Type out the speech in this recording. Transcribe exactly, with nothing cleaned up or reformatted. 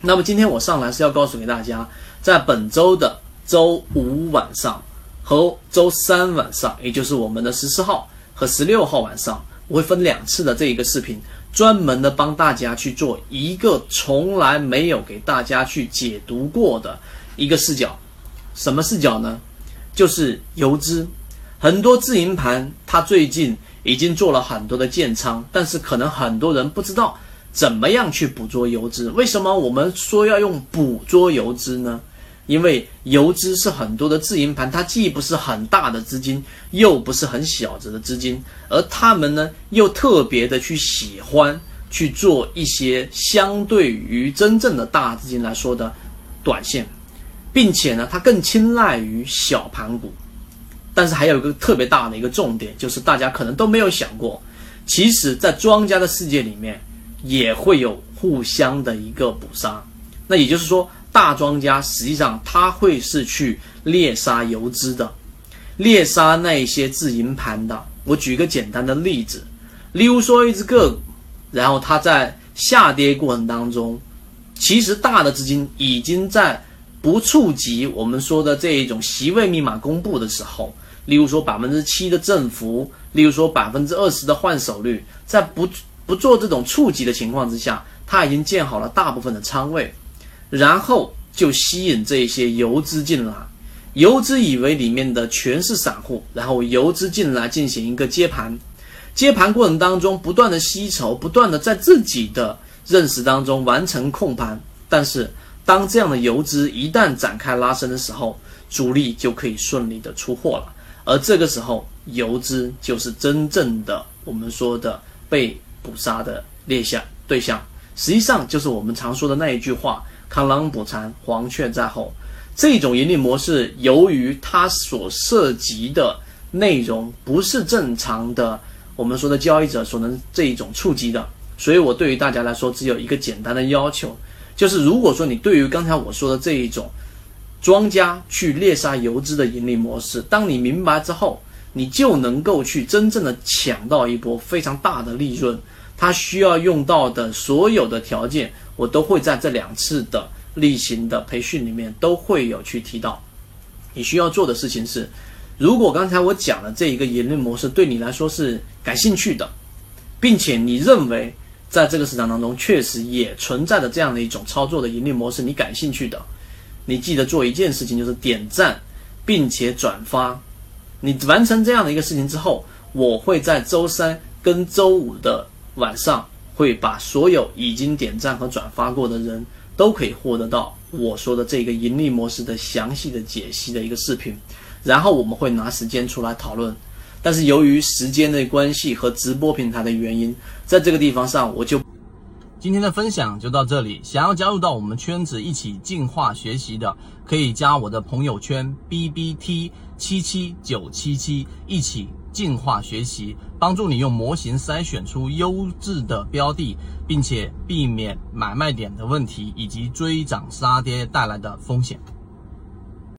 那么今天我上来是要告诉给大家，在本周的周五晚上和周三晚上，也就是我们的十四号和十六号晚上，我会分两次的这一个视频，专门的帮大家去做一个从来没有给大家去解读过的一个视角。什么视角呢？就是游资。很多自营盘它最近已经做了很多的建仓，但是可能很多人不知道怎么样去捕捉游资。为什么我们说要用捕捉游资呢？因为游资是很多的自营盘，它既不是很大的资金，又不是很小的资金，而他们呢又特别的去喜欢去做一些相对于真正的大资金来说的短线，并且呢它更青睐于小盘股。但是还有一个特别大的一个重点，就是大家可能都没有想过，其实在庄家的世界里面也会有互相的一个捕杀。那也就是说，大庄家实际上他会是去猎杀游资的，猎杀那一些自营盘的。我举一个简单的例子，例如说一只个股，然后它在下跌过程当中，其实大的资金已经在不触及我们说的这一种席位密码公布的时候，例如说 百分之七 的振幅，例如说 百分之二十 的换手率，在不不做这种触及的情况之下，它已经建好了大部分的仓位，然后就吸引这些游资进来。游资以为里面的全是散户，然后游资进来进行一个接盘，接盘过程当中不断的吸筹，不断的在自己的认识当中完成控盘。但是当这样的游资一旦展开拉升的时候，主力就可以顺利的出货了，而这个时候游资就是真正的我们说的被捕杀的猎象对象，实际上就是我们常说的那一句话，螳螂捕蝉，黄雀在后。这种盈利模式由于它所涉及的内容不是正常的我们说的交易者所能这一种触及的，所以我对于大家来说只有一个简单的要求，就是如果说你对于刚才我说的这一种庄家去猎杀游资的盈利模式，当你明白之后，你就能够去真正的抢到一波非常大的利润。它需要用到的所有的条件，我都会在这两次的例行的培训里面都会有去提到。你需要做的事情是，如果刚才我讲的这一个盈利模式对你来说是感兴趣的，并且你认为在这个市场当中确实也存在着这样的一种操作的盈利模式，你感兴趣的，你记得做一件事情，就是点赞并且转发。你完成这样的一个事情之后，我会在周三跟周五的晚上会把所有已经点赞和转发过的人都可以获得到我说的这个盈利模式的详细的解析的一个视频，然后我们会拿时间出来讨论。但是由于时间的关系和直播平台的原因，在这个地方上我就今天的分享就到这里。想要加入到我们圈子一起进化学习的，可以加我的朋友圈 B B T 七七九七七，一起进化学习，帮助你用模型筛选出优质的标的，并且避免买卖点的问题以及追涨杀跌带来的风险。